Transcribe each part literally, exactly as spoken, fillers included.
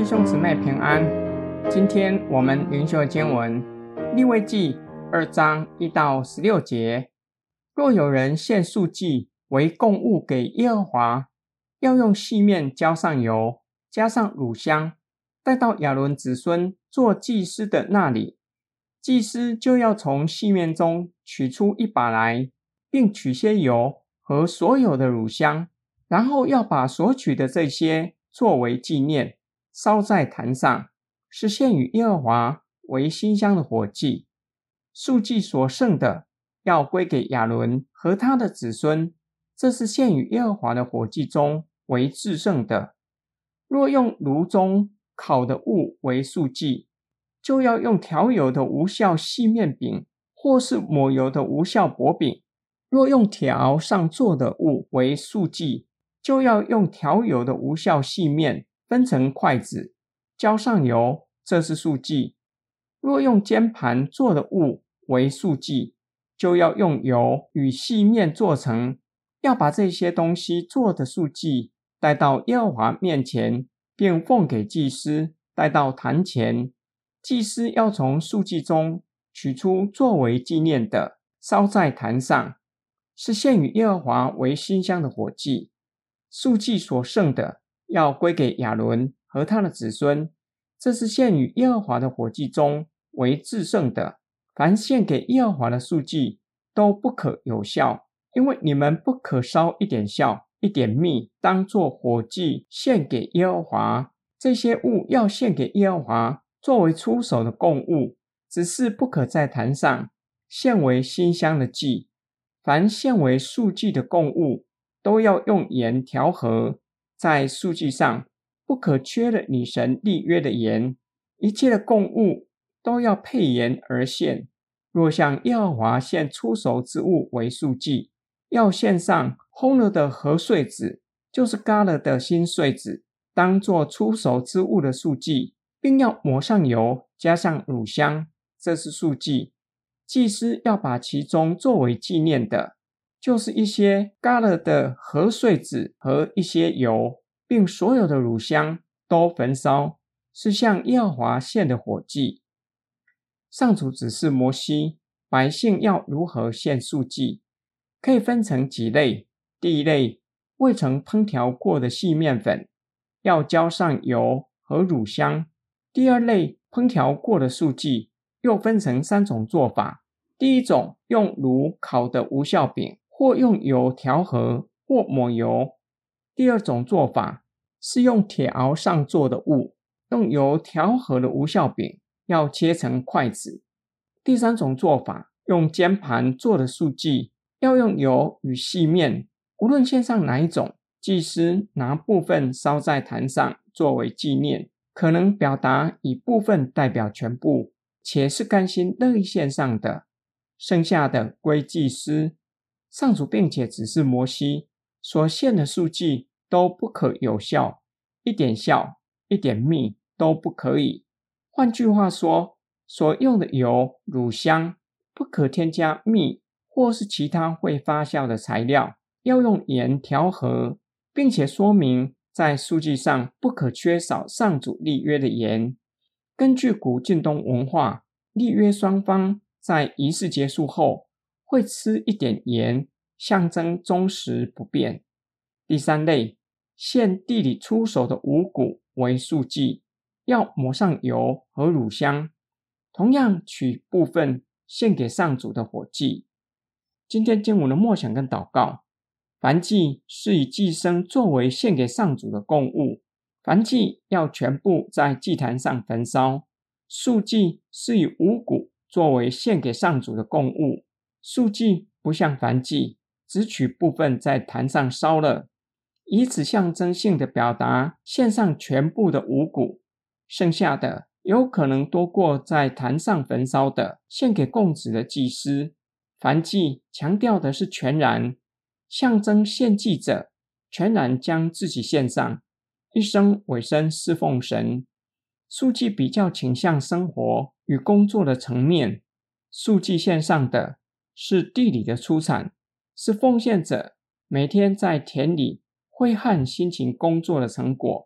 兄姊妹平安。今天我们灵修的经文利未记二章一到十六节。若有人献素祭为供物给耶和华，要用细面浇上油，加上乳香，带到亚伦子孙做祭司的那里。祭司就要从细面中取出一把来，并取些油和所有的乳香，然后要把所取的这些作为纪念，烧在坛上，是献与耶和华为馨香的火祭。素祭所剩的要归给亚伦和他的子孙，这是献与耶和华的火祭中为至圣的。若用炉中烤的物为素祭，就要用调油的无酵细面饼，或是抹油的无酵薄饼。若用铁熬上做的物为素祭，就要用调油的无酵细面分成筷子，浇上油，这是素祭。若用煎盘做的物为素祭，就要用油与细面做成。要把这些东西做的素祭带到耶和华面前，并奉给祭司带到坛前。祭司要从素祭中取出作为纪念的，烧在坛上，是献与耶和华为馨香的火祭。素祭所剩的要归给亚伦和他的子孙，这是献与耶和华的火祭中为至圣的。凡献给耶和华的素祭都不可有酵，因为你们不可烧一点酵一点蜜当作火祭献给耶和华。这些物要献给耶和华作为出手的供物，只是不可在坛上献为馨香的祭。凡献为素祭的供物都要用盐调和，在素祭上不可缺了你神立约的盐。一切的供物都要配盐而献。若向耶和华献出熟之物为素祭，要献上烘了的禾穗子，就是嘎了的新穗子，当作出熟之物的素祭，并要抹上油，加上乳香，这是素祭。祭司要把其中作为纪念的，就是一些嘎了的禾穗子和一些油，并所有的乳香都焚烧，是向耶和华献的火祭。上主指示摩西，百姓要如何献素祭，可以分成几类。第一类，未曾烹调过的细面粉，要浇上油和乳香。第二类，烹调过的素祭，又分成三种做法。第一种，用炉烤的无酵饼，或用油调和，或抹油。第二种做法是用铁熬上做的物，用油调和的无酵饼，要切成筷子。第三种做法，用煎盘做的素祭，要用油与细面。无论献上哪一种，祭司拿部分烧在坛上作为纪念，可能表达以部分代表全部，且是甘心乐意献上的，剩下的归祭司。上主并且指示摩西，所献的素祭都不可有酵，一点酵一点蜜都不可以。换句话说，所用的油、乳香不可添加蜜或是其他会发酵的材料，要用盐调和，并且说明在素祭上不可缺少上主立约的盐。根据古近东文化，立约双方在仪式结束后会吃一点盐，象征忠实不变。第三类，献地里出手的五谷为素祭，要抹上油和乳香，同样取部分献给上主的火祭。今天经文的默想跟祷告，燔祭是以祭牲作为献给上主的供物，燔祭要全部在祭坛上焚烧。素祭是以五谷作为献给上主的供物，素祭不像燔祭，只取部分在坛上烧了，以此象征性的表达献上全部的五谷，剩下的有可能多过在坛上焚烧的，献给供职的祭司。燔祭强调的是全然，象征献祭者全然将自己献上，一生委身侍奉神。素祭比较倾向生活与工作的层面，素祭献上的是地里的出产，是奉献者每天在田里挥汗辛勤工作的成果。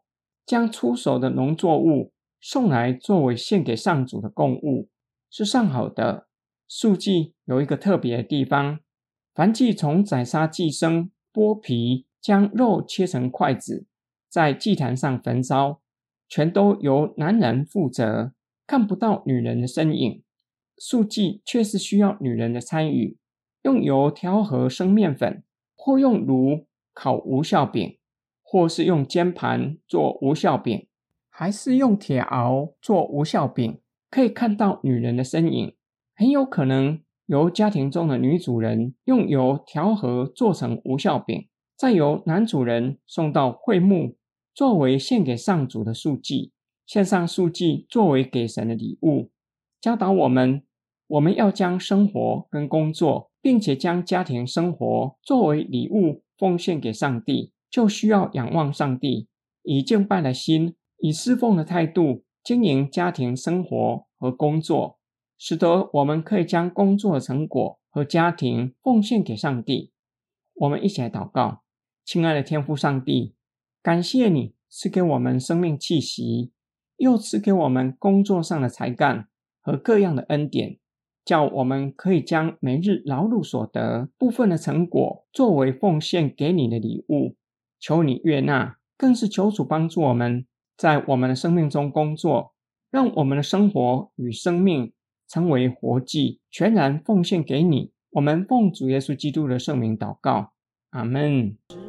将出手的农作物送来作为献给上主的供物，是上好的。素祭有一个特别的地方，凡祭从宰杀祭牲，剥皮，将肉切成筷子，在祭坛上焚烧，全都由男人负责，看不到女人的身影。素祭却是需要女人的参与，用油调和生面粉，或用炉烤无酵饼，或是用煎盘做无酵饼，还是用铁熬做无酵饼，可以看到女人的身影。很有可能由家庭中的女主人用油调和做成无酵饼，再由男主人送到会幕，作为献给上主的素祭。献上素祭作为给神的礼物，教导我们我们要将生活跟工作，并且将家庭生活作为礼物奉献给上帝，就需要仰望上帝，以敬拜的心，以侍奉的态度经营家庭生活和工作，使得我们可以将工作的成果和家庭奉献给上帝。我们一起来祷告。亲爱的天父上帝，感谢你赐给我们生命气息，又赐给我们工作上的才干和各样的恩典，叫我们可以将每日劳碌所得部分的成果作为奉献给你的礼物，求你悦纳，更是求主帮助我们在我们的生命中工作，让我们的生活与生命成为活祭，全然奉献给你。我们奉主耶稣基督的圣名祷告，阿们。